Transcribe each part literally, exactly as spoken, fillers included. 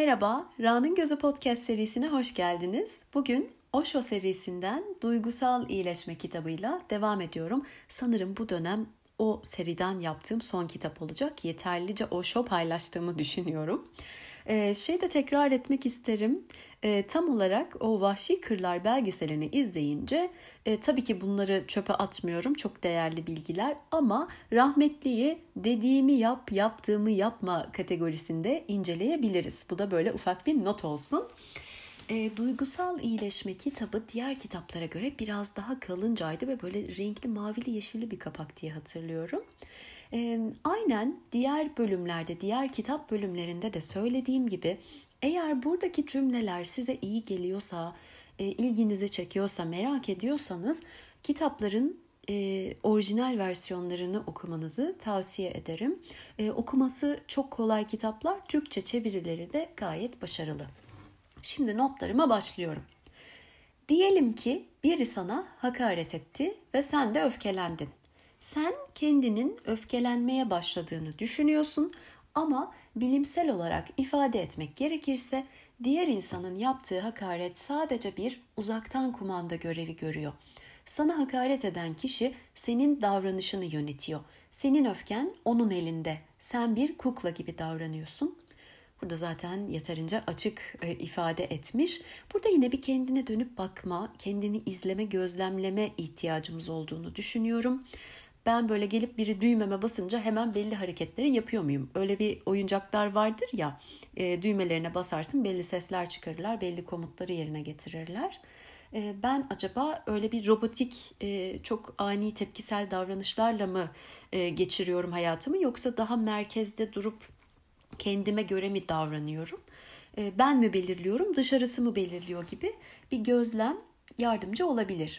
Merhaba, Ra'nın Gözü Podcast serisine hoş geldiniz. Bugün Osho serisinden Duygusal İyileşme kitabıyla devam ediyorum. Sanırım bu dönem o seriden yaptığım son kitap olacak. Yeterlice Osho paylaştığımı düşünüyorum. Ee, şey de tekrar etmek isterim. Ee, tam olarak o Vahşi Kırlar belgeselini izleyince e, tabii ki bunları çöpe atmıyorum. Çok değerli bilgiler ama rahmetliyi dediğimi yap, yaptığımı yapma kategorisinde inceleyebiliriz. Bu da böyle ufak bir not olsun. E, Duygusal İyileşme kitabı diğer kitaplara göre biraz daha kalıncaydı ve böyle renkli, mavili, yeşilli bir kapak diye hatırlıyorum. E, aynen diğer bölümlerde, diğer kitap bölümlerinde de söylediğim gibi eğer buradaki cümleler size iyi geliyorsa, e, ilginizi çekiyorsa, merak ediyorsanız kitapların e, orijinal versiyonlarını okumanızı tavsiye ederim. E, okuması çok kolay kitaplar, Türkçe çevirileri de gayet başarılı. Şimdi notlarıma başlıyorum. Diyelim ki biri sana hakaret etti ve sen de öfkelendin. Sen kendinin öfkelenmeye başladığını düşünüyorsun ama bilimsel olarak ifade etmek gerekirse diğer insanın yaptığı hakaret sadece bir uzaktan kumanda görevi görüyor. Sana hakaret eden kişi senin davranışını yönetiyor. Senin öfken onun elinde. Sen bir kukla gibi davranıyorsun. Burada zaten yeterince açık e, ifade etmiş. Burada yine bir kendine dönüp bakma, kendini izleme, gözlemleme ihtiyacımız olduğunu düşünüyorum. Ben böyle gelip biri düğmeme basınca hemen belli hareketleri yapıyor muyum? Öyle bir oyuncaklar vardır ya, e, düğmelerine basarsın belli sesler çıkarırlar, belli komutları yerine getirirler. E, ben acaba öyle bir robotik, e, çok ani tepkisel davranışlarla mı e, geçiriyorum hayatımı, yoksa daha merkezde durup kendime göre mi davranıyorum? Ben mi belirliyorum, dışarısı mı belirliyor gibi bir gözlem yardımcı olabilir.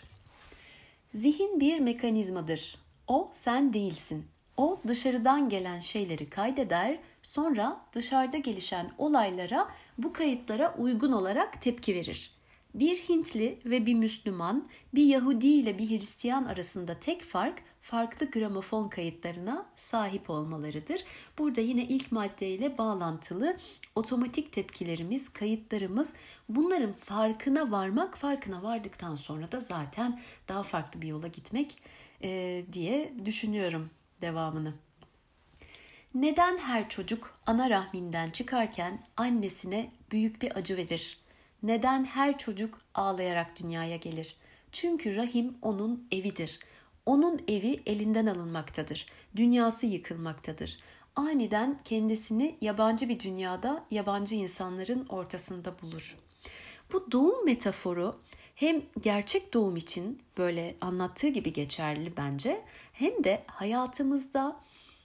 Zihin bir mekanizmadır. O sen değilsin. O dışarıdan gelen şeyleri kaydeder, sonra dışarıda gelişen olaylara, bu kayıtlara uygun olarak tepki verir. Bir Hintli ve bir Müslüman, bir Yahudi ile bir Hristiyan arasında tek fark, farklı gramofon kayıtlarına sahip olmalarıdır. Burada yine ilk maddeyle bağlantılı otomatik tepkilerimiz, kayıtlarımız, bunların farkına varmak, farkına vardıktan sonra da zaten daha farklı bir yola gitmek e, diye düşünüyorum devamını. Neden her çocuk ana rahminden çıkarken annesine büyük bir acı verir? Neden her çocuk ağlayarak dünyaya gelir? Çünkü rahim onun evidir. Onun evi elinden alınmaktadır. Dünyası yıkılmaktadır. Aniden kendisini yabancı bir dünyada, yabancı insanların ortasında bulur. Bu doğum metaforu hem gerçek doğum için böyle anlattığı gibi geçerli bence, hem de hayatımızda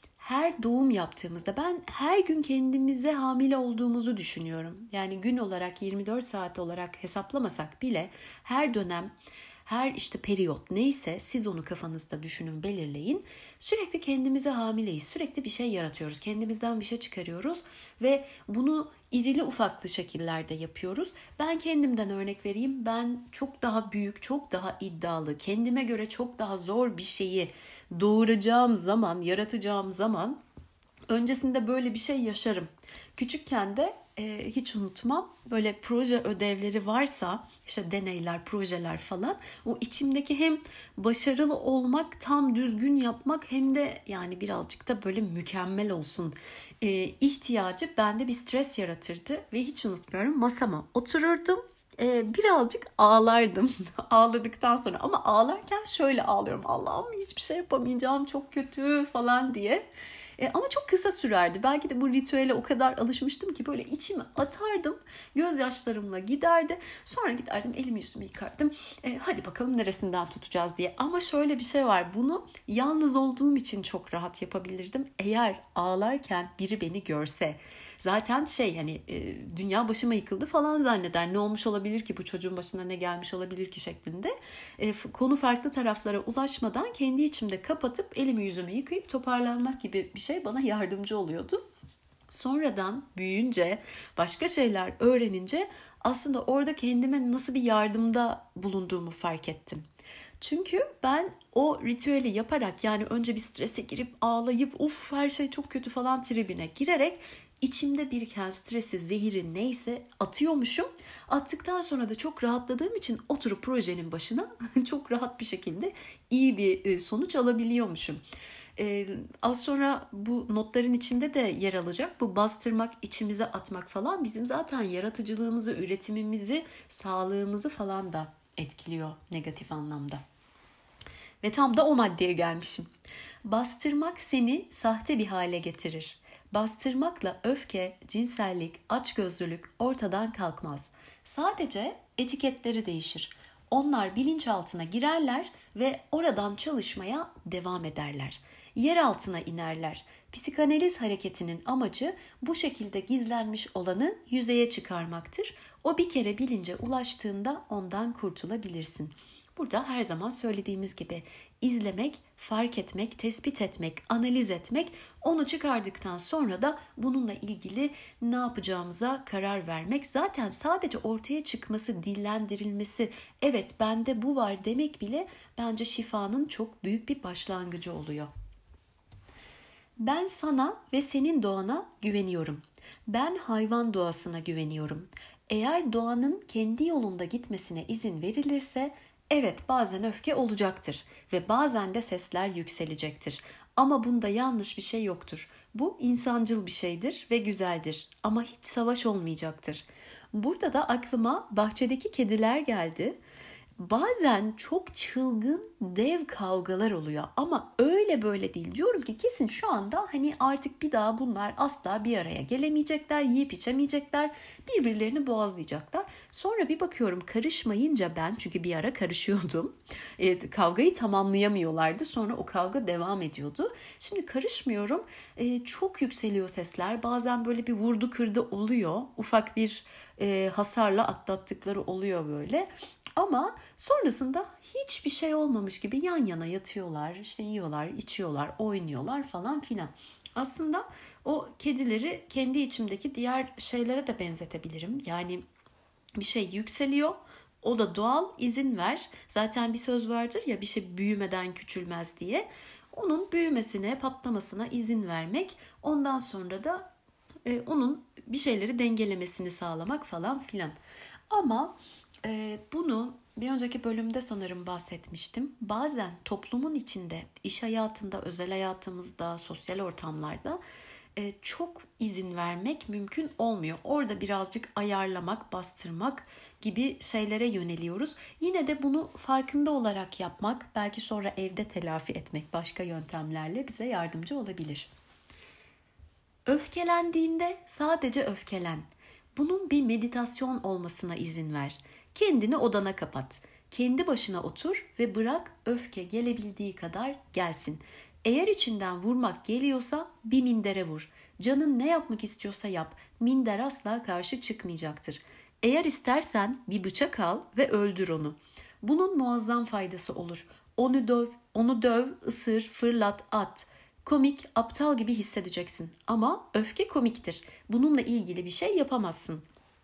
her doğum yaptığımızda ben her gün kendimize hamile olduğumuzu düşünüyorum. Yani gün olarak yirmi dört saat olarak hesaplamasak bile her dönem, her işte periyot neyse siz onu kafanızda düşünün, belirleyin. Sürekli kendimize hamileyiz. Sürekli bir şey yaratıyoruz. Kendimizden bir şey çıkarıyoruz ve bunu irili ufaklı şekillerde yapıyoruz. Ben kendimden örnek vereyim. Ben çok daha büyük, çok daha iddialı, kendime göre çok daha zor bir şeyi doğuracağım zaman, yaratacağım zaman öncesinde böyle bir şey yaşarım. Küçükken de e, hiç unutmam, böyle proje ödevleri varsa, işte deneyler, projeler falan, o içimdeki hem başarılı olmak, tam düzgün yapmak, hem de yani birazcık da böyle mükemmel olsun e, ihtiyacı bende bir stres yaratırdı ve hiç unutmuyorum, masama otururdum. Birazcık ağlardım ağladıktan sonra, ama ağlarken şöyle ağlıyorum: Allah'ım hiçbir şey yapamayacağım, çok kötü falan diye. E, ama çok kısa sürerdi. Belki de bu ritüele o kadar alışmıştım ki böyle içime atardım, gözyaşlarımla giderdi. Sonra giderdim, elimi yüzümü yıkardım. E, hadi bakalım neresinden tutacağız diye. Ama şöyle bir şey var: bunu yalnız olduğum için çok rahat yapabilirdim. Eğer ağlarken biri beni görse, zaten şey hani e, dünya başıma yıkıldı falan zanneder. Ne olmuş olabilir ki, bu çocuğun başına ne gelmiş olabilir ki şeklinde. E, konu farklı taraflara ulaşmadan kendi içimde kapatıp elimi yüzümü yıkayıp toparlanmak gibi bir şey bana yardımcı oluyordu. Sonradan büyüyünce, başka şeyler öğrenince aslında orada kendime nasıl bir yardımda bulunduğumu fark ettim. Çünkü ben o ritüeli yaparak, yani önce bir strese girip ağlayıp of her şey çok kötü falan tribine girerek içimde biriken stresi, zehiri neyse atıyormuşum. Attıktan sonra da çok rahatladığım için oturup projenin başına çok rahat bir şekilde iyi bir sonuç alabiliyormuşum. Ee, az sonra bu notların içinde de yer alacak. Bu bastırmak, içimize atmak falan bizim zaten yaratıcılığımızı, üretimimizi, sağlığımızı falan da etkiliyor negatif anlamda. Ve tam da o maddeye gelmişim. Bastırmak seni sahte bir hale getirir. Bastırmakla öfke, cinsellik, açgözlülük ortadan kalkmaz. Sadece etiketleri değişir. Onlar bilinçaltına girerler ve oradan çalışmaya devam ederler. Yer altına inerler. Psikanaliz hareketinin amacı bu şekilde gizlenmiş olanı yüzeye çıkarmaktır. O bir kere bilince ulaştığında ondan kurtulabilirsin. Burada her zaman söylediğimiz gibi izlemek, fark etmek, tespit etmek, analiz etmek, onu çıkardıktan sonra da bununla ilgili ne yapacağımıza karar vermek. Zaten sadece ortaya çıkması, dillendirilmesi, evet bende bu var demek bile bence şifanın çok büyük bir başlangıcı oluyor. Ben sana ve senin doğana güveniyorum. Ben hayvan doğasına güveniyorum. Eğer doğanın kendi yolunda gitmesine izin verilirse, evet bazen öfke olacaktır ve bazen de sesler yükselecektir. Ama bunda yanlış bir şey yoktur. Bu insancıl bir şeydir ve güzeldir ama hiç savaş olmayacaktır. Burada da aklıma bahçedeki kediler geldi. Bazen çok çılgın dev kavgalar oluyor ama öyle böyle değil. Diyorum ki kesin şu anda hani artık bir daha bunlar asla bir araya gelemeyecekler, yiyip içemeyecekler, birbirlerini boğazlayacaklar. Sonra bir bakıyorum karışmayınca ben, çünkü bir ara karışıyordum, e, kavgayı tamamlayamıyorlardı, sonra o kavga devam ediyordu. Şimdi karışmıyorum, e, çok yükseliyor sesler, bazen böyle bir vurdu kırdı oluyor, ufak bir e, hasarla atlattıkları oluyor böyle. Ama sonrasında hiçbir şey olmamış gibi yan yana yatıyorlar, işte yiyorlar, içiyorlar, oynuyorlar falan filan. Aslında o kedileri kendi içimdeki diğer şeylere de benzetebilirim. Yani bir şey yükseliyor, o da doğal, izin ver. Zaten bir söz vardır ya, bir şey büyümeden küçülmez diye. Onun büyümesine, patlamasına izin vermek, ondan sonra da e, onun bir şeyleri dengelemesini sağlamak falan filan. Ama e, bunu bir önceki bölümde sanırım bahsetmiştim. Bazen toplumun içinde, iş hayatında, özel hayatımızda, sosyal ortamlarda e, çok izin vermek mümkün olmuyor. Orada birazcık ayarlamak, bastırmak gibi şeylere yöneliyoruz. Yine de bunu farkında olarak yapmak, belki sonra evde telafi etmek başka yöntemlerle bize yardımcı olabilir. Öfkelendiğinde sadece öfkelen. Bunun bir meditasyon olmasına izin ver. Kendini odana kapat. Kendi başına otur ve bırak öfke gelebildiği kadar gelsin. Eğer içinden vurmak geliyorsa bir mindere vur. Canın ne yapmak istiyorsa yap. Minder asla karşı çıkmayacaktır. Eğer istersen bir bıçak al ve öldür onu. Bunun muazzam faydası olur. Onu döv, onu döv, ısır, fırlat, at. Komik, aptal gibi hissedeceksin ama öfke komiktir. Bununla ilgili bir şey yapamazsın.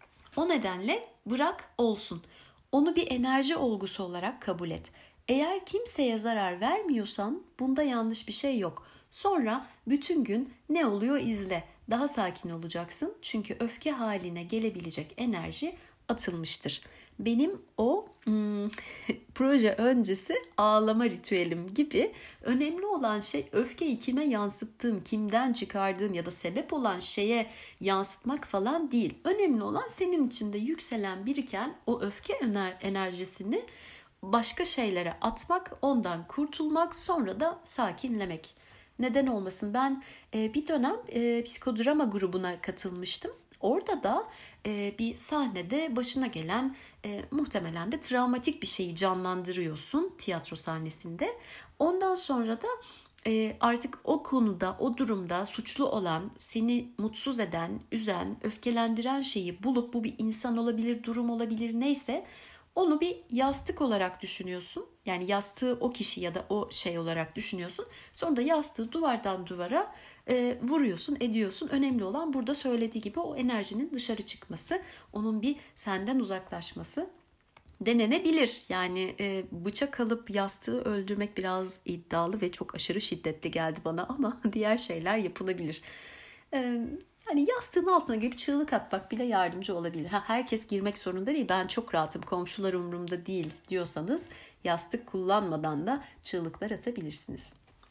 O nedenle bırak olsun. Onu bir enerji olgusu olarak kabul et. Eğer kimseye zarar vermiyorsan bunda yanlış bir şey yok. Sonra bütün gün ne oluyor izle. Daha sakin olacaksın çünkü öfke haline gelebilecek enerji atılmıştır. Benim o hmm, proje öncesi ağlama ritüelim gibi önemli olan şey öfkeyi kime yansıttığın, kimden çıkardığın ya da sebep olan şeye yansıtmak falan değil. Önemli olan senin içinde yükselen, biriken o öfke enerjisini başka şeylere atmak, ondan kurtulmak, sonra da sakinlemek. Neden olmasın? Ben e, bir dönem e, psikodrama grubuna katılmıştım. Orada da e, bir sahnede başına gelen e, muhtemelen de travmatik bir şeyi canlandırıyorsun tiyatro sahnesinde. Ondan sonra da e, artık o konuda, o durumda suçlu olan, seni mutsuz eden, üzen, öfkelendiren şeyi bulup, bu bir insan olabilir, durum olabilir, neyse, onu bir yastık olarak düşünüyorsun. Yani yastığı o kişi ya da o şey olarak düşünüyorsun. Sonra da yastığı duvardan duvara e, vuruyorsun, ediyorsun. Önemli olan burada söylediği gibi o enerjinin dışarı çıkması, onun bir senden uzaklaşması denenebilir. Yani e, bıçak alıp yastığı öldürmek biraz iddialı ve çok aşırı şiddetli geldi bana ama diğer şeyler yapılabilir. E, Yani yastığın altına girip çığlık atmak bile yardımcı olabilir. Ha, herkes girmek zorunda değil. Ben çok rahatım, komşular umurumda değil diyorsanız yastık kullanmadan da çığlıklar atabilirsiniz.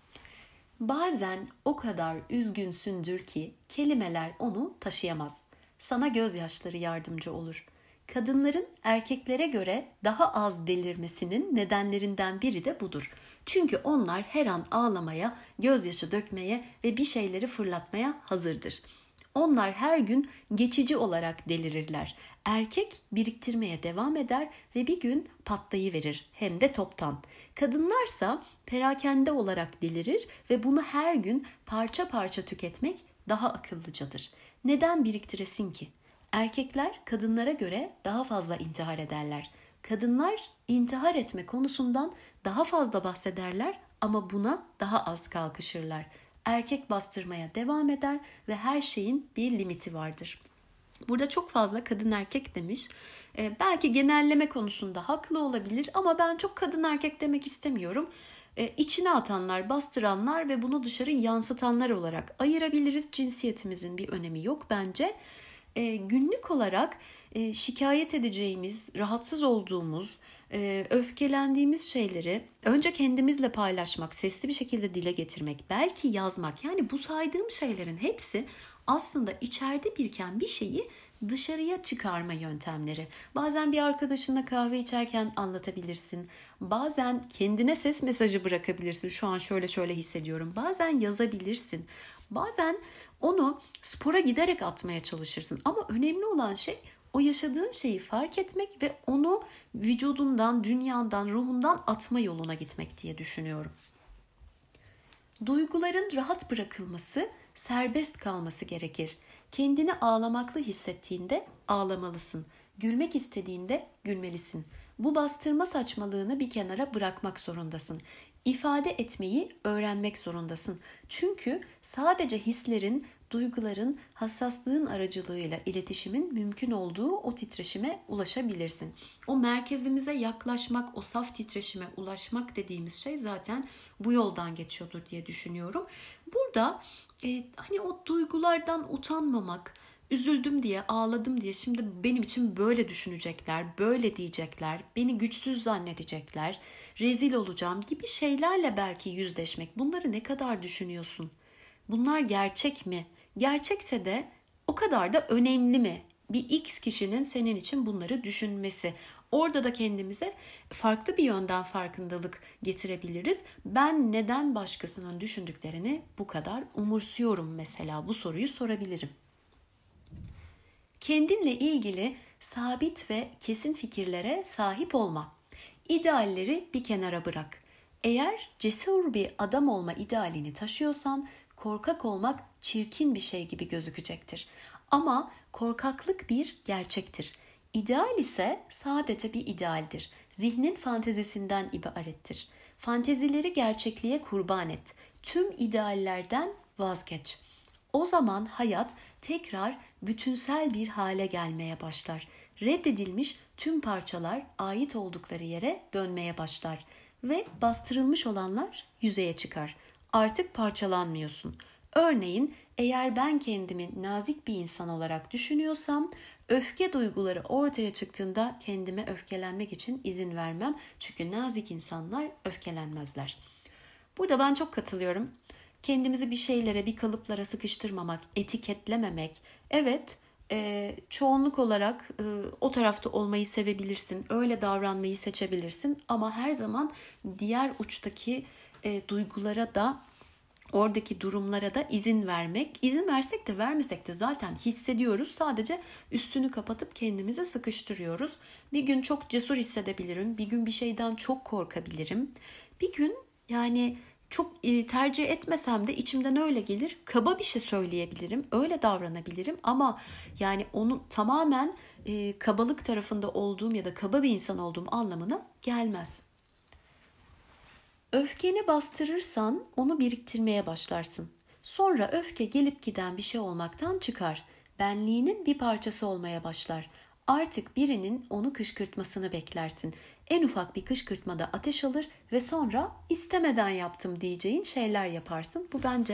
Bazen o kadar üzgünsündür ki kelimeler onu taşıyamaz. Sana gözyaşları yardımcı olur. Kadınların erkeklere göre daha az delirmesinin nedenlerinden biri de budur. Çünkü onlar her an ağlamaya, gözyaşı dökmeye ve bir şeyleri fırlatmaya hazırdır. Onlar her gün geçici olarak delirirler. Erkek biriktirmeye devam eder ve bir gün patlayıverir, hem de toptan. Kadınlarsa perakende olarak delirir ve bunu her gün parça parça tüketmek daha akıllıcadır. Neden biriktiresin ki? Erkekler kadınlara göre daha fazla intihar ederler. Kadınlar intihar etme konusundan daha fazla bahsederler ama buna daha az kalkışırlar. Erkek bastırmaya devam eder ve her şeyin bir limiti vardır. Burada çok fazla kadın erkek demiş. Ee, belki genelleme konusunda haklı olabilir ama ben çok kadın erkek demek istemiyorum. Ee, içine atanlar, bastıranlar ve bunu dışarı yansıtanlar olarak ayırabiliriz. Cinsiyetimizin bir önemi yok bence. Ee, günlük olarak e, şikayet edeceğimiz, rahatsız olduğumuz, e, öfkelendiğimiz şeyleri önce kendimizle paylaşmak, sesli bir şekilde dile getirmek, belki yazmak. Yani bu saydığım şeylerin hepsi aslında içeride biriken bir şeyi dışarıya çıkarma yöntemleri. Bazen bir arkadaşınla kahve içerken anlatabilirsin. Bazen kendine ses mesajı bırakabilirsin. Şu an şöyle şöyle hissediyorum. Bazen yazabilirsin. Bazen onu spora giderek atmaya çalışırsın. Ama önemli olan şey o yaşadığın şeyi fark etmek ve onu vücudundan, dünyandan, ruhundan atma yoluna gitmek diye düşünüyorum. Duyguların rahat bırakılması, serbest kalması gerekir. Kendini ağlamaklı hissettiğinde ağlamalısın. Gülmek istediğinde gülmelisin. Bu bastırma saçmalığını bir kenara bırakmak zorundasın. İfade etmeyi öğrenmek zorundasın. Çünkü sadece hislerin, duyguların, hassaslığın aracılığıyla iletişimin mümkün olduğu o titreşime ulaşabilirsin. O merkezimize yaklaşmak, o saf titreşime ulaşmak dediğimiz şey zaten bu yoldan geçiyordur diye düşünüyorum. Burada e, hani o duygulardan utanmamak, üzüldüm diye, ağladım diye şimdi benim için böyle düşünecekler, böyle diyecekler, beni güçsüz zannedecekler, rezil olacağım gibi şeylerle belki yüzleşmek. Bunları ne kadar düşünüyorsun? Bunlar gerçek mi? Gerçekse de o kadar da önemli mi? Bir X kişinin senin için bunları düşünmesi. Orada da kendimize farklı bir yönden farkındalık getirebiliriz. Ben neden başkasının düşündüklerini bu kadar umursuyorum mesela? Bu soruyu sorabilirim. Kendinle ilgili sabit ve kesin fikirlere sahip olma. İdealleri bir kenara bırak. Eğer cesur bir adam olma idealini taşıyorsan korkak olmak çirkin bir şey gibi gözükecektir. Ama korkaklık bir gerçektir. İdeal ise sadece bir idealdir. Zihnin fantezisinden ibarettir. Fantezileri gerçekliğe kurban et. Tüm ideallerden vazgeç. O zaman hayat tekrar bütünsel bir hale gelmeye başlar. Reddedilmiş tüm parçalar ait oldukları yere dönmeye başlar ve bastırılmış olanlar yüzeye çıkar. Artık parçalanmıyorsun. Örneğin eğer ben kendimi nazik bir insan olarak düşünüyorsam öfke duyguları ortaya çıktığında kendime öfkelenmek için izin vermem. Çünkü nazik insanlar öfkelenmezler. Burada ben çok katılıyorum. Kendimizi bir şeylere, bir kalıplara sıkıştırmamak, etiketlememek. Evet, e, çoğunluk olarak e, o tarafta olmayı sevebilirsin, öyle davranmayı seçebilirsin. Ama her zaman diğer uçtaki e, duygulara da, oradaki durumlara da izin vermek. İzin versek de vermesek de zaten hissediyoruz. Sadece üstünü kapatıp kendimize sıkıştırıyoruz. Bir gün çok cesur hissedebilirim, bir gün bir şeyden çok korkabilirim. Bir gün yani çok tercih etmesem de içimden öyle gelir. Kaba bir şey söyleyebilirim. Öyle davranabilirim ama yani onu tamamen e, kabalık tarafında olduğum ya da kaba bir insan olduğum anlamına gelmez. Öfkeni bastırırsan onu biriktirmeye başlarsın. Sonra öfke gelip giden bir şey olmaktan çıkar. Benliğinin bir parçası olmaya başlar. Artık birinin onu kışkırtmasını beklersin. En ufak bir kışkırtmada ateş alır ve sonra istemeden yaptım diyeceğin şeyler yaparsın. Bu bence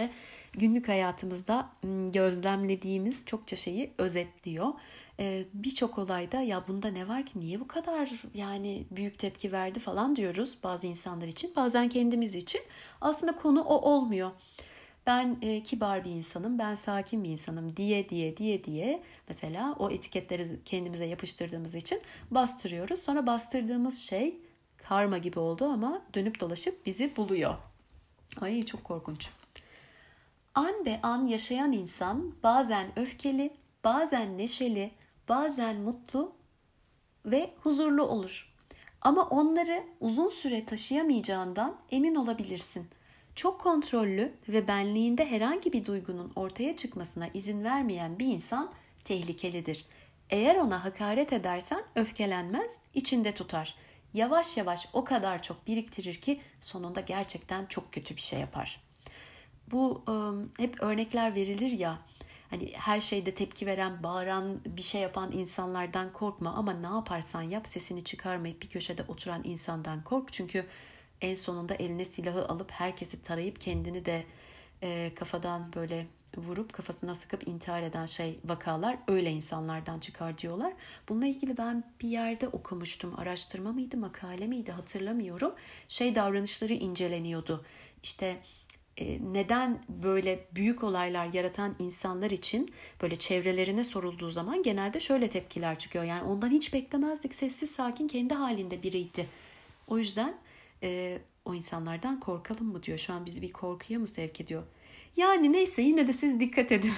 günlük hayatımızda gözlemlediğimiz çokça şeyi özetliyor. Birçok olayda ya bunda ne var ki, niye bu kadar yani büyük tepki verdi falan diyoruz bazı insanlar için, bazen kendimiz için. Aslında konu o olmuyor. Ben e, kibar bir insanım, ben sakin bir insanım diye diye diye diye mesela o etiketleri kendimize yapıştırdığımız için bastırıyoruz. Sonra bastırdığımız şey karma gibi oldu ama dönüp dolaşıp bizi buluyor. Ay çok korkunç. An be an yaşayan insan bazen öfkeli, bazen neşeli, bazen mutlu ve huzurlu olur. Ama onları uzun süre taşıyamayacağından emin olabilirsin. Çok kontrollü ve benliğinde herhangi bir duygunun ortaya çıkmasına izin vermeyen bir insan tehlikelidir. Eğer ona hakaret edersen öfkelenmez, içinde tutar. Yavaş yavaş o kadar çok biriktirir ki sonunda gerçekten çok kötü bir şey yapar. Bu ıı, hep örnekler verilir ya. Hani her şeyde tepki veren, bağıran, bir şey yapan insanlardan korkma ama ne yaparsan yap sesini çıkarmayıp bir köşede oturan insandan kork. Çünkü en sonunda eline silahı alıp herkesi tarayıp kendini de e, kafadan böyle vurup kafasına sıkıp intihar eden şey vakalar öyle insanlardan çıkar diyorlar. Bununla ilgili ben bir yerde okumuştum. Araştırma mıydı, makale miydi hatırlamıyorum. Şey davranışları inceleniyordu. İşte neden böyle büyük olaylar yaratan insanlar için böyle çevrelerine sorulduğu zaman genelde şöyle tepkiler çıkıyor. Yani ondan hiç beklemezdik, sessiz sakin kendi halinde biriydi. O yüzden e, o insanlardan korkalım mı diyor. Şu an bizi bir korkuya mı sevk ediyor? Yani neyse, yine de siz dikkat edin.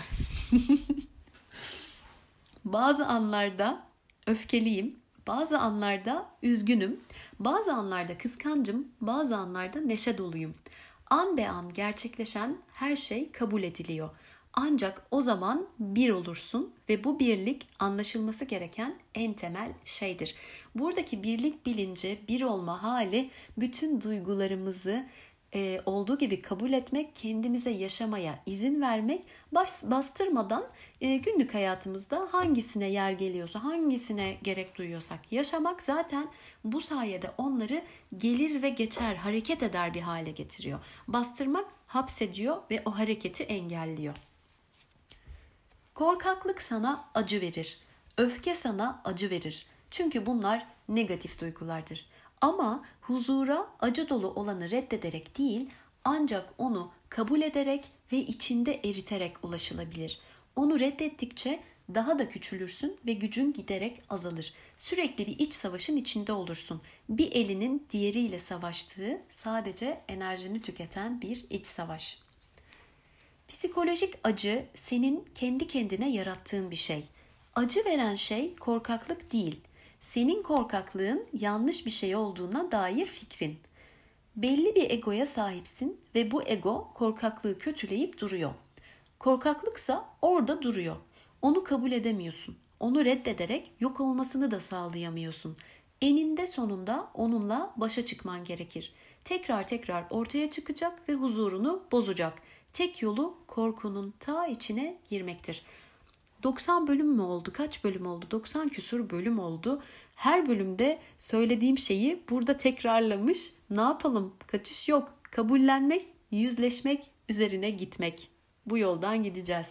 Bazı anlarda öfkeliyim, bazı anlarda üzgünüm, bazı anlarda kıskancım, bazı anlarda neşe doluyum. An be an gerçekleşen her şey kabul ediliyor. Ancak o zaman bir olursun ve bu birlik anlaşılması gereken en temel şeydir. Buradaki birlik bilinci, bir olma hali bütün duygularımızı e, olduğu gibi kabul etmek, kendimize yaşamaya izin vermek, bas, bastırmadan e, günlük hayatımızda hangisine yer geliyorsa, hangisine gerek duyuyorsak yaşamak zaten bu sayede onları gelir ve geçer, hareket eder bir hale getiriyor. Bastırmak hapsediyor ve o hareketi engelliyor. Korkaklık sana acı verir. Öfke sana acı verir. Çünkü bunlar negatif duygulardır. Ama huzura acı dolu olanı reddederek değil, ancak onu kabul ederek ve içinde eriterek ulaşılabilir. Onu reddettikçe daha da küçülürsün ve gücün giderek azalır. Sürekli bir iç savaşın içinde olursun. Bir elinin diğeriyle savaştığı, sadece enerjini tüketen bir iç savaş. Psikolojik acı senin kendi kendine yarattığın bir şey. Acı veren şey korkaklık değil. Senin korkaklığın yanlış bir şey olduğuna dair fikrin. Belli bir egoya sahipsin ve bu ego korkaklığı kötüleyip duruyor. Korkaklıksa orada duruyor. Onu kabul edemiyorsun. Onu reddederek yok olmasını da sağlayamıyorsun. Eninde sonunda onunla başa çıkman gerekir. Tekrar tekrar ortaya çıkacak ve huzurunu bozacak. Tek yolu korkunun ta içine girmektir. doksan bölüm mü oldu? Kaç bölüm oldu? doksan küsur bölüm oldu. Her bölümde söylediğim şeyi burada tekrarlamış. Ne yapalım? Kaçış yok. Kabullenmek, yüzleşmek, üzerine gitmek. Bu yoldan gideceğiz.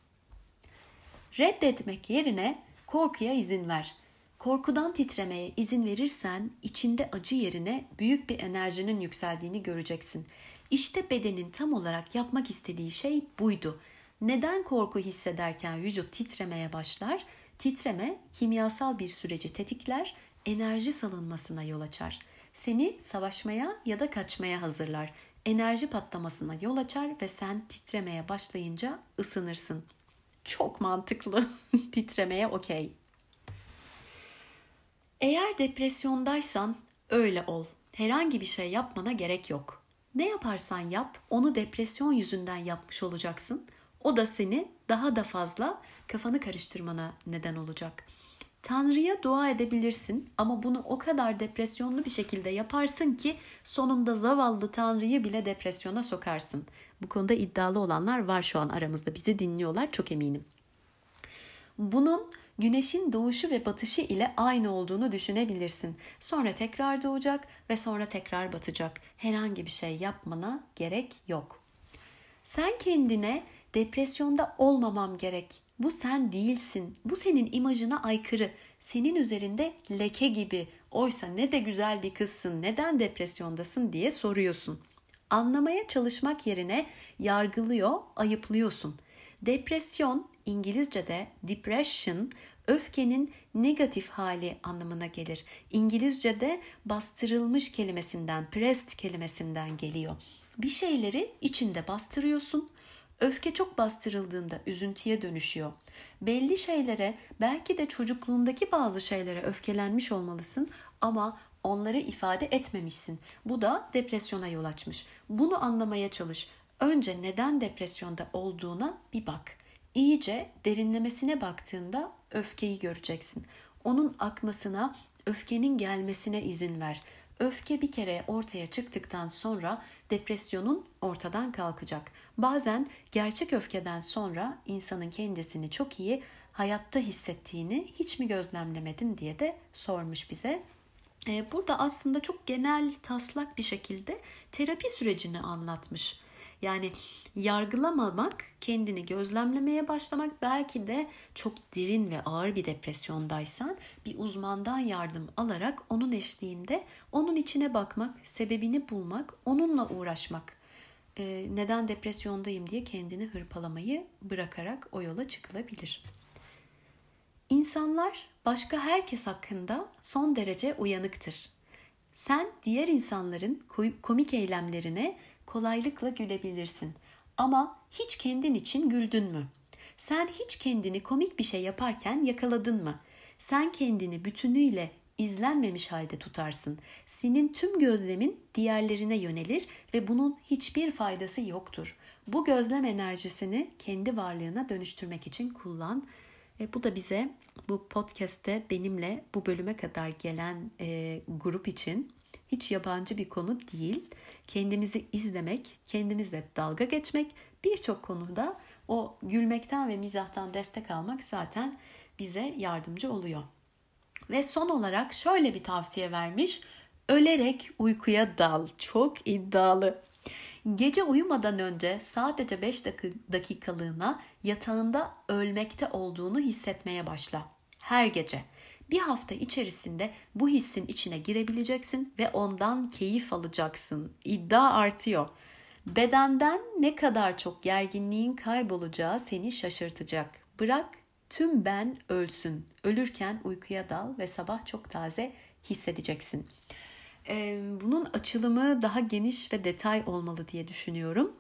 Reddetmek yerine korkuya izin ver. Korkudan titremeye izin verirsen içinde acı yerine büyük bir enerjinin yükseldiğini göreceksin. İşte bedenin tam olarak yapmak istediği şey buydu. Neden korku hissederken vücut titremeye başlar? Titreme kimyasal bir süreci tetikler, enerji salınmasına yol açar. Seni savaşmaya ya da kaçmaya hazırlar. Enerji patlamasına yol açar ve sen titremeye başlayınca ısınırsın. Çok mantıklı. Titremeye okey. Eğer depresyondaysan öyle ol. Herhangi bir şey yapmana gerek yok. Ne yaparsan yap, onu depresyon yüzünden yapmış olacaksın. O da seni daha da fazla kafanı karıştırmana neden olacak. Tanrı'ya dua edebilirsin ama bunu o kadar depresyonlu bir şekilde yaparsın ki sonunda zavallı Tanrı'yı bile depresyona sokarsın. Bu konuda iddialı olanlar var şu an aramızda. Bizi dinliyorlar, çok eminim. Bunun güneşin doğuşu ve batışı ile aynı olduğunu düşünebilirsin. Sonra tekrar doğacak ve sonra tekrar batacak. Herhangi bir şey yapmana gerek yok. Sen kendine depresyonda olmamam gerek, bu sen değilsin, bu senin imajına aykırı, senin üzerinde leke gibi, oysa ne de güzel bir kızsın, neden depresyondasın diye soruyorsun. Anlamaya çalışmak yerine yargılıyor, ayıplıyorsun. Depresyon, İngilizce'de depression, öfkenin negatif hali anlamına gelir. İngilizce'de bastırılmış kelimesinden, pressed kelimesinden geliyor. Bir şeyleri içinde bastırıyorsun. Öfke çok bastırıldığında üzüntüye dönüşüyor. Belli şeylere, belki de çocukluğundaki bazı şeylere öfkelenmiş olmalısın ama onları ifade etmemişsin. Bu da depresyona yol açmış. Bunu anlamaya çalış. Önce neden depresyonda olduğuna bir bak. İyice derinlemesine baktığında öfkeyi göreceksin. Onun akmasına, öfkenin gelmesine izin ver. Öfke bir kere ortaya çıktıktan sonra depresyonun ortadan kalkacak. Bazen gerçek öfkeden sonra insanın kendisini çok iyi hayatta hissettiğini hiç mi gözlemlemedin diye de sormuş bize. Burada aslında çok genel, taslak bir şekilde terapi sürecini anlatmış. Yani yargılamamak, kendini gözlemlemeye başlamak, belki de çok derin ve ağır bir depresyondaysan bir uzmandan yardım alarak onun eşliğinde onun içine bakmak, sebebini bulmak, onunla uğraşmak. Ee, neden depresyondayım diye kendini hırpalamayı bırakarak o yola çıkılabilir. İnsanlar başka herkes hakkında son derece uyanıktır. Sen diğer insanların komik eylemlerine kolaylıkla gülebilirsin. Ama hiç kendin için güldün mü? Sen hiç kendini komik bir şey yaparken yakaladın mı? Sen kendini bütünüyle izlenmemiş halde tutarsın. Senin tüm gözlemin diğerlerine yönelir ve bunun hiçbir faydası yoktur. Bu gözlem enerjisini kendi varlığına dönüştürmek için kullan. E, bu da bize bu podcast'te benimle bu bölüme kadar gelen e, grup için hiç yabancı bir konu değil. Kendimizi izlemek, kendimizle dalga geçmek, birçok konuda o gülmekten ve mizahtan destek almak zaten bize yardımcı oluyor. Ve son olarak şöyle bir tavsiye vermiş. Ölerek uykuya dal. Çok iddialı. Gece uyumadan önce sadece beş dakikalığına yatağında ölmekte olduğunu hissetmeye başla. Her gece. Bir hafta içerisinde bu hissin içine girebileceksin ve ondan keyif alacaksın. İddia artıyor. Bedenden ne kadar çok gerginliğin kaybolacağı seni şaşırtacak. Bırak tüm ben ölsün. Ölürken uykuya dal ve sabah çok taze hissedeceksin. Bunun açılımı daha geniş ve detay olmalı diye düşünüyorum.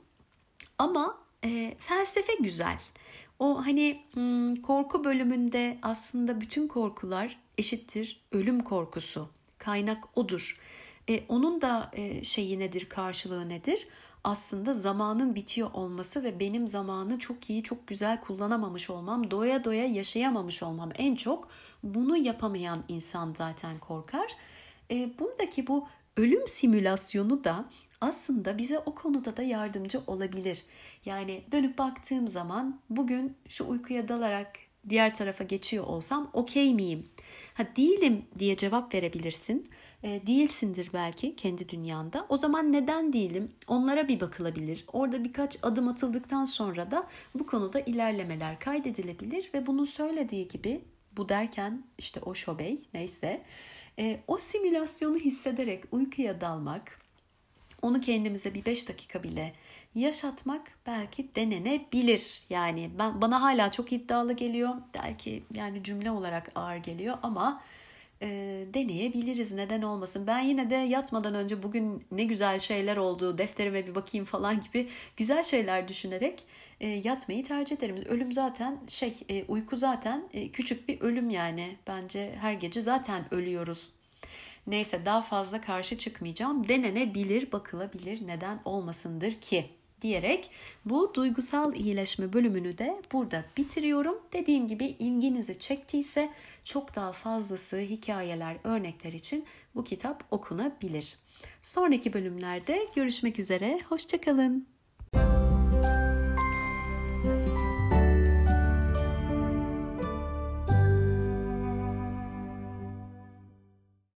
Ama e, felsefe güzel. O hani korku bölümünde aslında bütün korkular eşittir ölüm korkusu. Kaynak odur. E, onun da e, şeyi nedir, karşılığı nedir? Aslında zamanın bitiyor olması ve benim zamanı çok iyi, çok güzel kullanamamış olmam, doya doya yaşayamamış olmam. En çok bunu yapamayan insan zaten korkar. E, buradaki bu ölüm simülasyonu da aslında bize o konuda da yardımcı olabilir. Yani dönüp baktığım zaman bugün şu uykuya dalarak diğer tarafa geçiyor olsam okey miyim? Ha değilim diye cevap verebilirsin. E, değilsindir belki kendi dünyanda. O zaman neden değilim? Onlara bir bakılabilir. Orada birkaç adım atıldıktan sonra da bu konuda ilerlemeler kaydedilebilir ve bunun söylediği gibi, bu derken işte Osho Bey neyse, e, o simülasyonu hissederek uykuya dalmak, onu kendimize bir beş dakika bile yaşatmak belki denenebilir. Yani ben bana hala çok iddialı geliyor. Belki yani cümle olarak ağır geliyor ama e, deneyebiliriz. Neden olmasın? Ben yine de yatmadan önce bugün ne güzel şeyler oldu, defterime bir bakayım falan gibi güzel şeyler düşünerek e, yatmayı tercih ederim. Ölüm zaten şey, e, uyku zaten e, küçük bir ölüm yani. Bence her gece zaten ölüyoruz. Neyse, daha fazla karşı çıkmayacağım. Denenebilir, bakılabilir, neden olmasındır ki diyerek bu duygusal iyileşme bölümünü de burada bitiriyorum. Dediğim gibi ilginizi çektiyse çok daha fazlası hikayeler, örnekler için bu kitap okunabilir. Sonraki bölümlerde görüşmek üzere. Hoşça kalın.